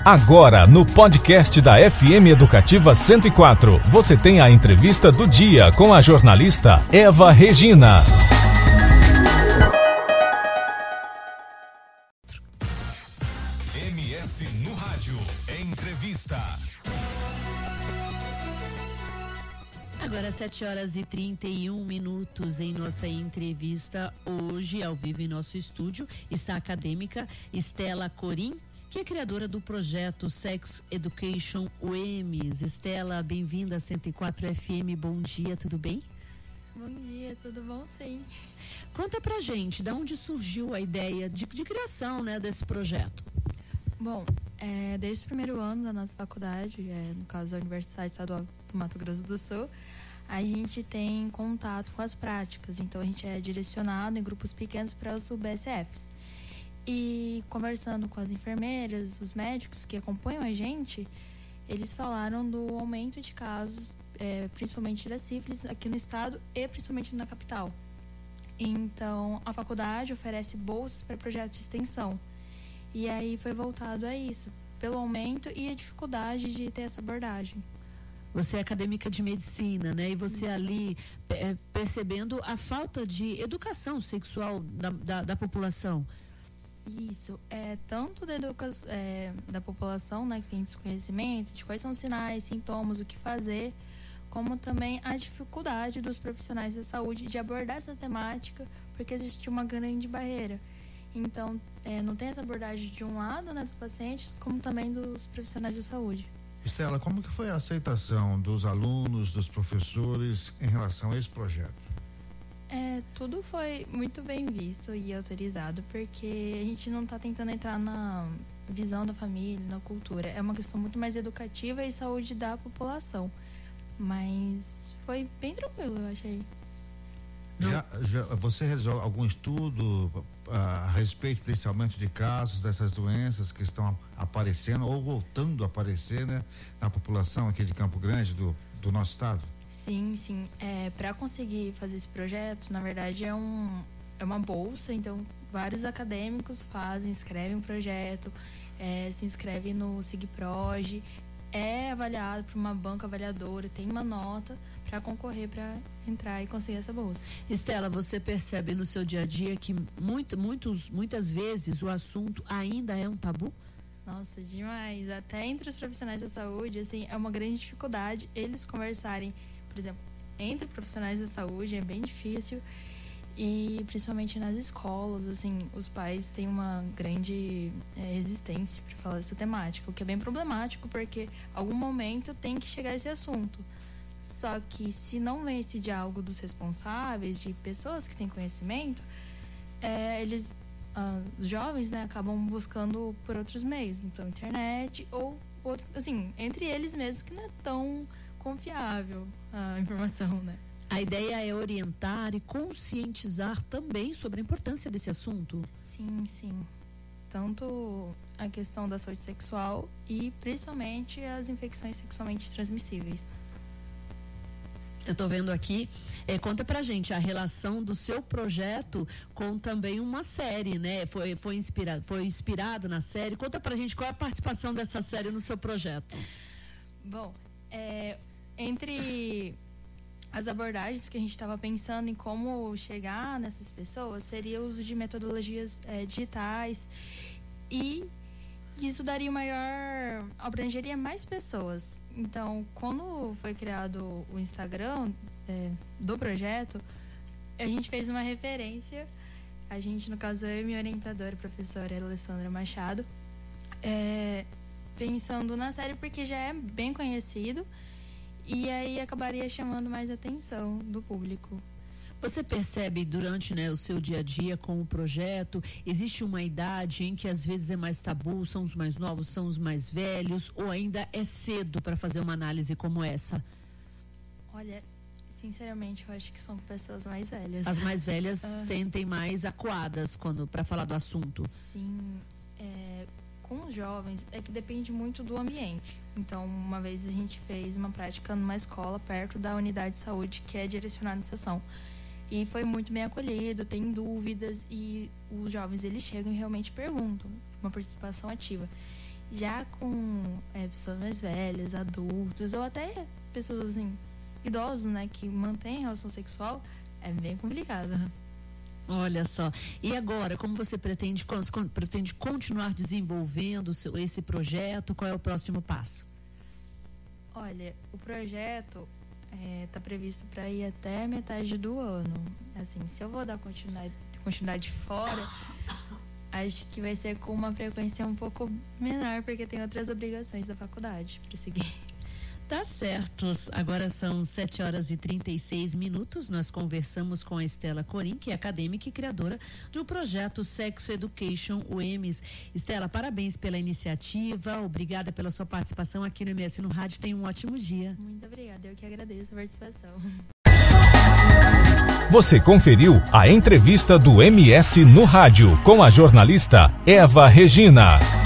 Agora, no podcast da FM Educativa 104, você tem a entrevista do dia com a jornalista Eva Regina. MS no Rádio, entrevista. Agora 7h31 em nossa entrevista. Hoje, ao vivo em nosso estúdio, está a acadêmica Estela Corim, que é criadora do projeto Sex Education UEMS. Estela, bem-vinda a 104 FM, bom dia, tudo bem? Bom dia, tudo bom? Sim. Conta pra gente, de onde surgiu a ideia de criação, né, desse projeto? Bom, desde o primeiro ano da nossa faculdade, no caso a Universidade Estadual do Mato Grosso do Sul, a gente tem contato com as práticas, então a gente é direcionado em grupos pequenos para os UBSFs. E conversando com as enfermeiras, os médicos que acompanham a gente, eles falaram do aumento de casos, principalmente da sífilis aqui no estado e principalmente na capital. Então, a faculdade oferece bolsas para projetos de extensão. E aí foi voltado a isso, pelo aumento e a dificuldade de ter essa abordagem. Você é acadêmica de medicina, né? E você ali percebendo a falta de educação sexual da população. Isso, tanto da população, né, que tem desconhecimento de quais são os sinais, sintomas, o que fazer, como também a dificuldade dos profissionais da saúde de abordar essa temática, porque existe uma grande barreira. Então, não tem essa abordagem de um lado, né, dos pacientes, como também dos profissionais da saúde. Estela, como que foi a aceitação dos alunos, dos professores em relação a esse projeto? Tudo foi muito bem visto e autorizado, porque a gente não está tentando entrar na visão da família, na cultura. É uma questão muito mais educativa e saúde da população. Mas foi bem tranquilo, eu achei. Já você realizou algum estudo a respeito desse aumento de casos, dessas doenças que estão aparecendo ou voltando a aparecer, né, na população aqui de Campo Grande, do nosso estado? Sim. Para conseguir fazer esse projeto, na verdade, é uma bolsa, então vários acadêmicos escrevem um projeto, se inscreve no SIGPROJ, é avaliado por uma banca avaliadora, tem uma nota para concorrer para entrar e conseguir essa bolsa. Estela, você percebe no seu dia a dia que muitas vezes o assunto ainda é um tabu? Nossa, demais. Até entre os profissionais da saúde, assim, é uma grande dificuldade eles conversarem. Por exemplo, entre profissionais da saúde é bem difícil, e principalmente nas escolas, assim, os pais têm uma grande resistência para falar dessa temática, o que é bem problemático, porque em algum momento tem que chegar esse assunto. Só que se não vem esse diálogo dos responsáveis, de pessoas que têm conhecimento, os jovens, né, acabam buscando por outros meios, então internet ou outro, assim, entre eles mesmos, que não é tão confiável a informação, né? A ideia é orientar e conscientizar também sobre a importância desse assunto. Sim. Tanto a questão da saúde sexual e principalmente as infecções sexualmente transmissíveis. Eu tô vendo aqui, conta pra gente a relação do seu projeto com também uma série, né? Foi inspirado na série. Conta pra gente qual é a participação dessa série no seu projeto. Bom, entre as abordagens que a gente estava pensando em como chegar nessas pessoas, seria o uso de metodologias digitais, e isso abrangeria mais pessoas. Então, quando foi criado o Instagram do projeto, a gente fez uma referência. A gente, no caso, eu e minha orientadora, a professora Alessandra Machado, pensando na série, porque já é bem conhecido, e aí acabaria chamando mais atenção do público. Você percebe durante, né, o seu dia a dia com o projeto, existe uma idade em que às vezes é mais tabu, são os mais novos, são os mais velhos, ou ainda é cedo para fazer uma análise como essa? Olha, sinceramente, eu acho que são pessoas mais velhas. As mais velhas sentem mais acuadas para falar do assunto. Sim, com os jovens é que depende muito do ambiente. Então, uma vez a gente fez uma prática numa escola perto da unidade de saúde que é direcionada nessa ação. E foi muito bem acolhido, tem dúvidas, e os jovens, eles chegam e realmente perguntam, uma participação ativa. Já com pessoas mais velhas, adultos, ou até pessoas assim, idosos, né, que mantêm relação sexual, é bem complicado. Olha só. E agora, como você pretende continuar desenvolvendo esse projeto? Qual é o próximo passo? Olha, o projeto está previsto para ir até metade do ano. Assim, se eu vou dar continuidade fora, acho que vai ser com uma frequência um pouco menor, porque tem outras obrigações da faculdade para seguir. Tá certo. Agora são 7h36. Nós conversamos com a Estela Corim, que é acadêmica e criadora do projeto Sex Education UEMS. Estela, parabéns pela iniciativa. Obrigada pela sua participação aqui no MS no Rádio. Tenha um ótimo dia. Muito obrigada. Eu que agradeço a participação. Você conferiu a entrevista do MS no Rádio com a jornalista Eva Regina.